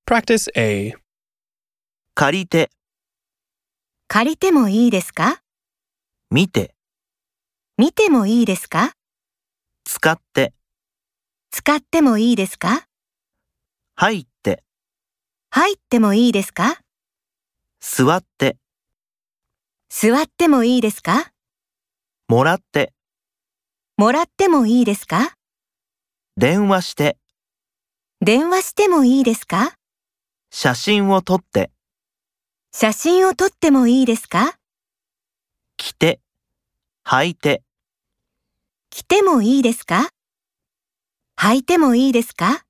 Practice A. 借りて、 借りてもいいですか？ 見て、 見てもいいですか？ 使って、 使ってもいいですか？ 入って、 入ってもいいですか？ 座って、 座ってもいいですか？ もらって、 もらってもいいですか？ 電話して、 電話してもいいですか？ 写真を撮って、 写真を撮ってもいいですか？ 着て、履いて、 着てもいいですか？履いてもいいですか？